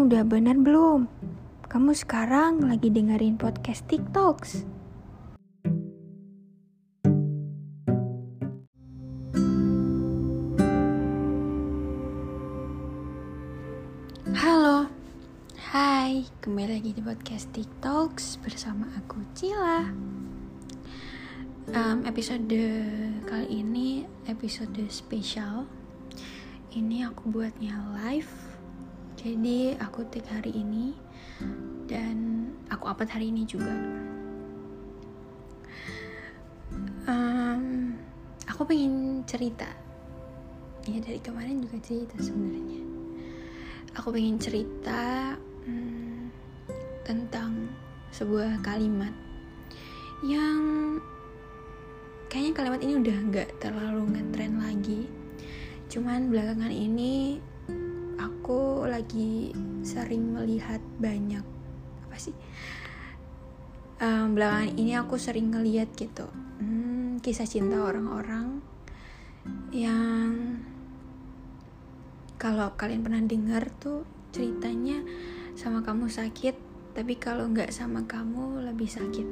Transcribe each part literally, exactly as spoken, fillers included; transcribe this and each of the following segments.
udah benar belum? Kamu sekarang lagi dengerin podcast TikToks. Halo, hai, kembali lagi di podcast TikToks bersama aku Cila. um, Episode kali ini episode spesial. Ini aku buatnya live. Jadi aku take hari ini dan aku upload hari ini juga. um, Aku pengen cerita. Ya dari kemarin juga cerita sebenarnya. Aku pengen cerita hmm, tentang sebuah kalimat yang kayaknya kalimat ini udah gak terlalu ngetren lagi. Cuman belakangan ini aku lagi sering melihat banyak apa sih? Um, belakangan ini aku sering ngelihat gitu hmm, kisah cinta orang-orang yang kalau kalian pernah dengar tuh ceritanya sama kamu sakit, tapi kalau nggak sama kamu lebih sakit.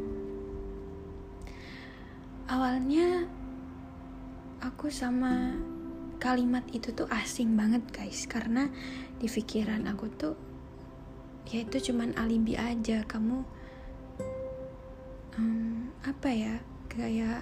Awalnya aku sama kalimat itu tuh asing banget guys, karena di pikiran aku tuh ya itu cuman alibi aja. Kamu um, apa ya kayak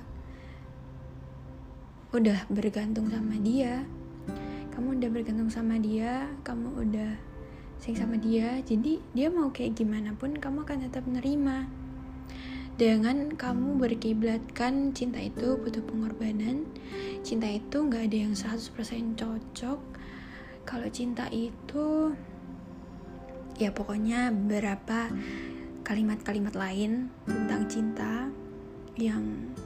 udah bergantung sama dia, kamu udah bergantung sama dia, kamu udah sayang sama dia, jadi dia mau kayak gimana pun kamu akan tetap menerima. Dengan kamu berkiblatkan cinta itu butuh pengorbanan, cinta itu gak ada yang seratus persen cocok. Kalau cinta itu ya pokoknya beberapa kalimat-kalimat lain tentang cinta yang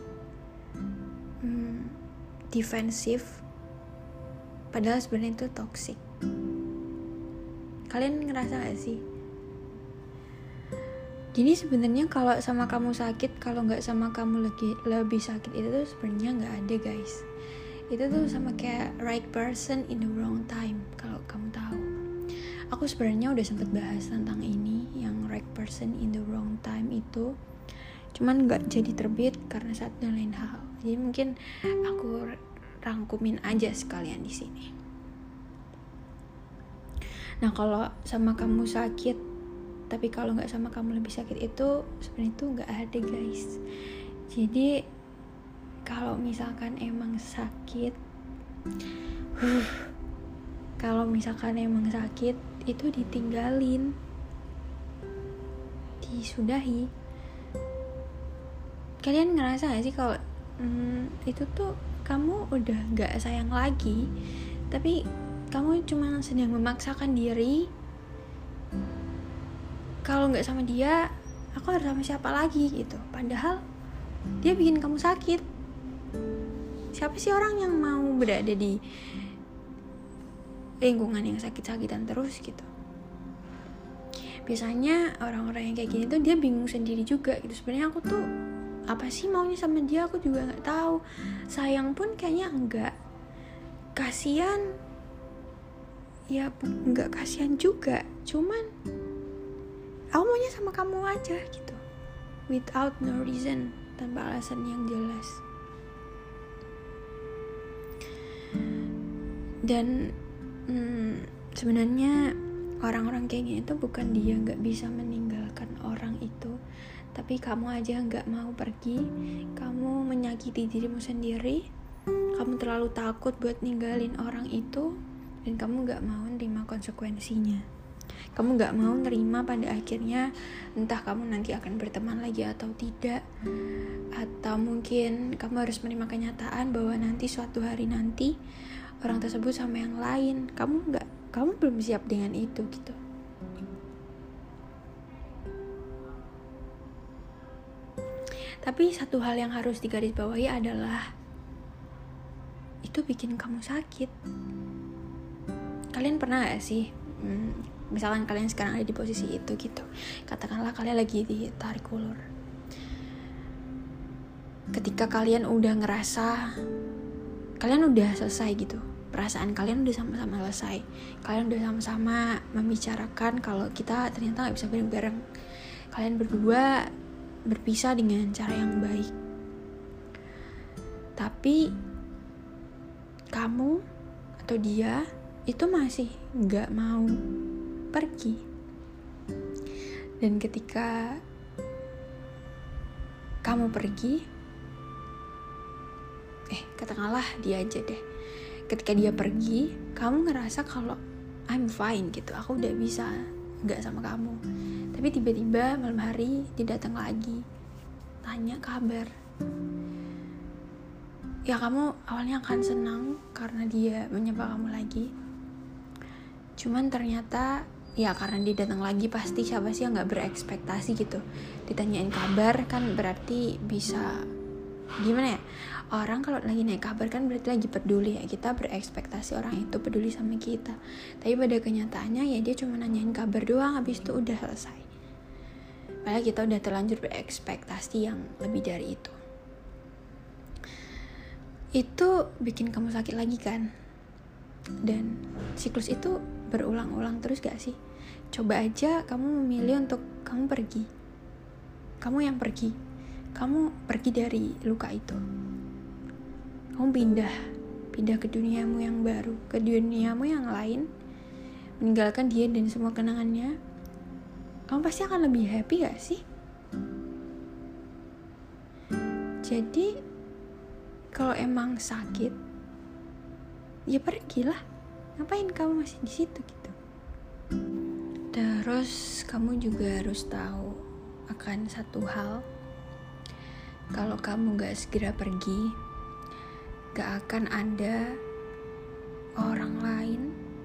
hmm, defensif, padahal sebenarnya itu toxic. Kalian ngerasa gak sih? Jadi sebenarnya kalau sama kamu sakit, kalau nggak sama kamu lagi lebih sakit, itu tuh sebenarnya nggak ada guys. Itu tuh sama kayak right person in the wrong time. Kalau kamu tahu, aku sebenarnya udah sempet bahas tentang ini, yang right person in the wrong time itu. Cuman nggak jadi terbit karena satu dan lain hal. Jadi mungkin aku rangkumin aja sekalian di sini. Nah kalau sama kamu sakit, tapi kalau nggak sama kamu lebih sakit, itu sebenarnya itu nggak ada guys. Jadi kalau misalkan emang sakit, uh, kalau misalkan emang sakit itu ditinggalin, disudahi. Kalian ngerasa nggak sih kalau hmm, itu tuh kamu udah nggak sayang lagi, tapi kamu cuma sedang memaksakan diri. Kalau nggak sama dia, aku harus sama siapa lagi gitu. Padahal dia bikin kamu sakit. Siapa sih orang yang mau berada di lingkungan yang sakit-sakitan terus gitu? Biasanya orang-orang yang kayak gini tuh dia bingung sendiri juga gitu. Sebenarnya aku tuh apa sih maunya sama dia, aku juga nggak tahu. Sayang pun kayaknya enggak. Kasian, ya nggak kasian juga. Cuman aku maunya sama kamu aja gitu, without no reason, tanpa alasan yang jelas. Dan hmm, sebenarnya orang-orang kayak gini tuh bukan dia gak bisa meninggalkan orang itu, tapi kamu aja gak mau pergi. Kamu menyakiti dirimu sendiri, kamu terlalu takut buat ninggalin orang itu, dan kamu gak mau nerima konsekuensinya. Kamu gak mau nerima pada akhirnya entah kamu nanti akan berteman lagi atau tidak, atau mungkin kamu harus menerima kenyataan bahwa nanti suatu hari nanti orang tersebut sama yang lain. Kamu gak, kamu belum siap dengan itu gitu. Tapi satu hal yang harus digarisbawahi adalah itu bikin kamu sakit. Kalian pernah gak sih hmm, misalkan kalian sekarang ada di posisi itu gitu, katakanlah kalian lagi ditarik ulur. Ketika kalian udah ngerasa kalian udah selesai gitu perasaan kalian udah sama-sama selesai, kalian udah sama-sama membicarakan kalau kita ternyata gak bisa bareng-bareng, kalian berdua berpisah dengan cara yang baik. Tapi kamu atau dia itu masih gak mau pergi. Dan ketika kamu pergi, eh katakanlah dia aja deh, ketika dia pergi, kamu ngerasa kalau I'm fine gitu, aku udah bisa gak sama kamu. Tapi tiba-tiba malam hari dia datang lagi, tanya kabar. Ya kamu awalnya akan senang karena dia menyapa kamu lagi. Cuman ternyata ya karena dia datang lagi, pasti siapa sih yang gak berekspektasi gitu ditanyain kabar, kan berarti bisa gimana ya, orang kalau lagi naik kabar kan berarti lagi peduli ya, kita berekspektasi orang itu peduli sama kita. Tapi pada kenyataannya ya dia cuma nanyain kabar doang, habis itu udah selesai. Padahal kita udah terlanjur berekspektasi yang lebih dari itu. Itu bikin kamu sakit lagi kan. Dan siklus itu berulang-ulang terus gak sih? Coba aja kamu memilih untuk kamu pergi, kamu yang pergi, kamu pergi dari luka itu, kamu pindah pindah ke duniamu yang baru, ke duniamu yang lain, meninggalkan dia dan semua kenangannya. Kamu pasti akan lebih happy gak sih? Jadi kalau emang sakit, ya pergilah. Ngapain kamu masih di situ gitu? Terus kamu juga harus tahu akan satu hal. Kalau kamu gak segera pergi, gak akan ada orang lain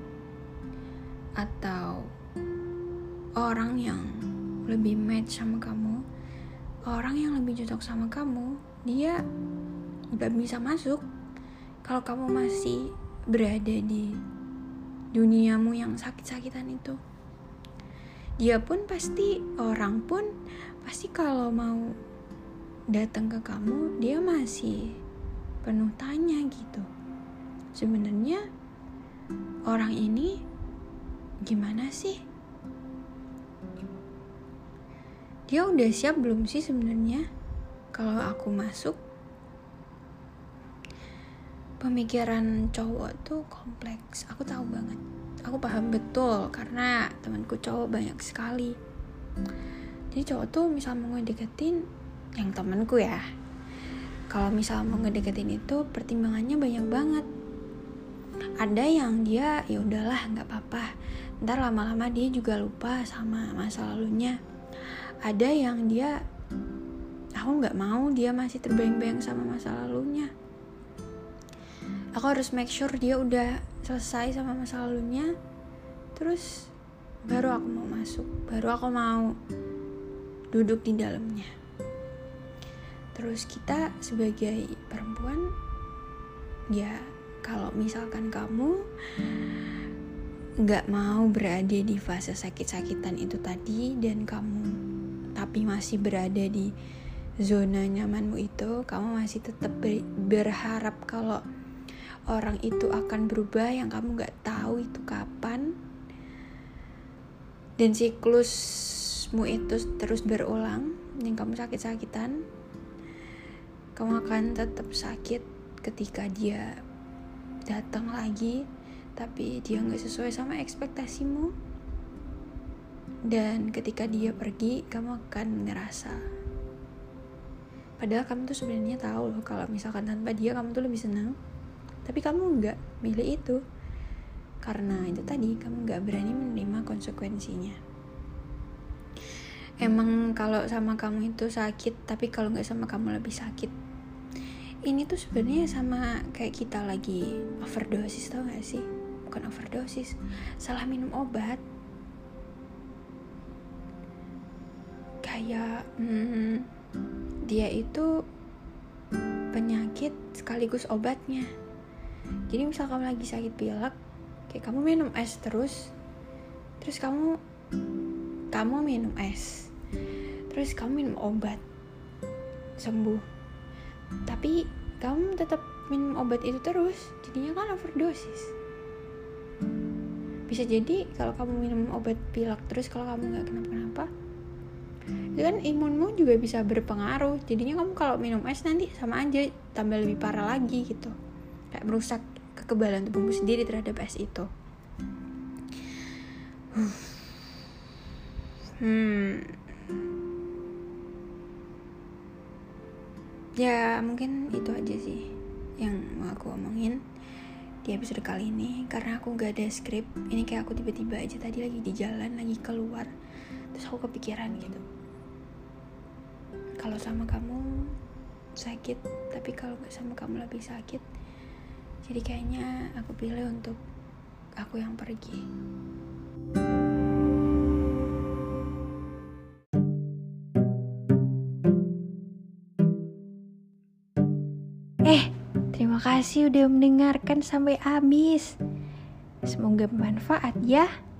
atau orang yang lebih match sama kamu, orang yang lebih cocok sama kamu. Dia gak bisa masuk kalau kamu masih berada di duniamu yang sakit-sakitan itu. Dia pun pasti, orang pun pasti kalau mau datang ke kamu, dia masih penuh tanya gitu. Sebenarnya orang ini gimana sih? Dia udah siap belum sih sebenarnya kalau aku masuk? Pemikiran cowok tuh kompleks, aku tahu banget. Aku paham betul karena temanku cowok banyak sekali. Jadi cowok tuh misal mau ngedeketin, yang temanku ya, kalau misal mau ngedeketin itu pertimbangannya banyak banget. Ada yang dia ya udahlah nggak apa-apa, ntar lama-lama dia juga lupa sama masa lalunya. Ada yang dia, aku nggak mau dia masih terbayang-bayang sama masa lalunya. Aku harus make sure dia udah selesai sama masa lalunya, terus baru aku mau masuk, baru aku mau duduk di dalamnya. Terus kita sebagai perempuan, ya kalau misalkan kamu gak mau berada di fase sakit-sakitan itu tadi, dan kamu tapi masih berada di zona nyamanmu itu, kamu masih tetap berharap kalau orang itu akan berubah yang kamu gak tahu itu kapan, dan siklusmu itu terus berulang yang kamu sakit-sakitan, kamu akan tetap sakit ketika dia datang lagi tapi dia gak sesuai sama ekspektasimu. Dan ketika dia pergi, kamu akan ngerasa, padahal kamu tuh sebenarnya tahu loh kalau misalkan tanpa dia kamu tuh lebih senang, tapi kamu gak milih itu karena itu tadi, kamu gak berani menerima konsekuensinya. Emang kalau sama kamu itu sakit, tapi kalau gak sama kamu lebih sakit. Ini tuh sebenarnya sama kayak kita lagi overdosis, tau gak sih? Bukan overdosis, salah minum obat. Kayak hmm, dia itu penyakit sekaligus obatnya. Jadi misal kamu lagi sakit pilek, kayak kamu minum es terus, terus kamu kamu minum es, terus kamu minum obat sembuh, tapi kamu tetap minum obat itu terus, jadinya kan overdosis. Bisa jadi kalau kamu minum obat pilek terus, kalau kamu nggak kenapa-kenapa, itu kan imunmu juga bisa berpengaruh. Jadinya kamu kalau minum es nanti sama aja tambah lebih parah lagi gitu, kayak merusak kekebalan tubuhmu sendiri terhadap es itu. Hmm. Ya mungkin itu aja sih yang mau aku omongin di episode kali ini, karena aku gak ada skrip. Ini kayak aku tiba-tiba aja tadi lagi di jalan, lagi keluar, terus aku kepikiran gitu, kalau sama kamu sakit, tapi kalau gak sama kamu lebih sakit. Jadi kayaknya aku pilih untuk aku yang pergi. Eh, terima kasih udah mendengarkan sampai habis. Semoga bermanfaat ya.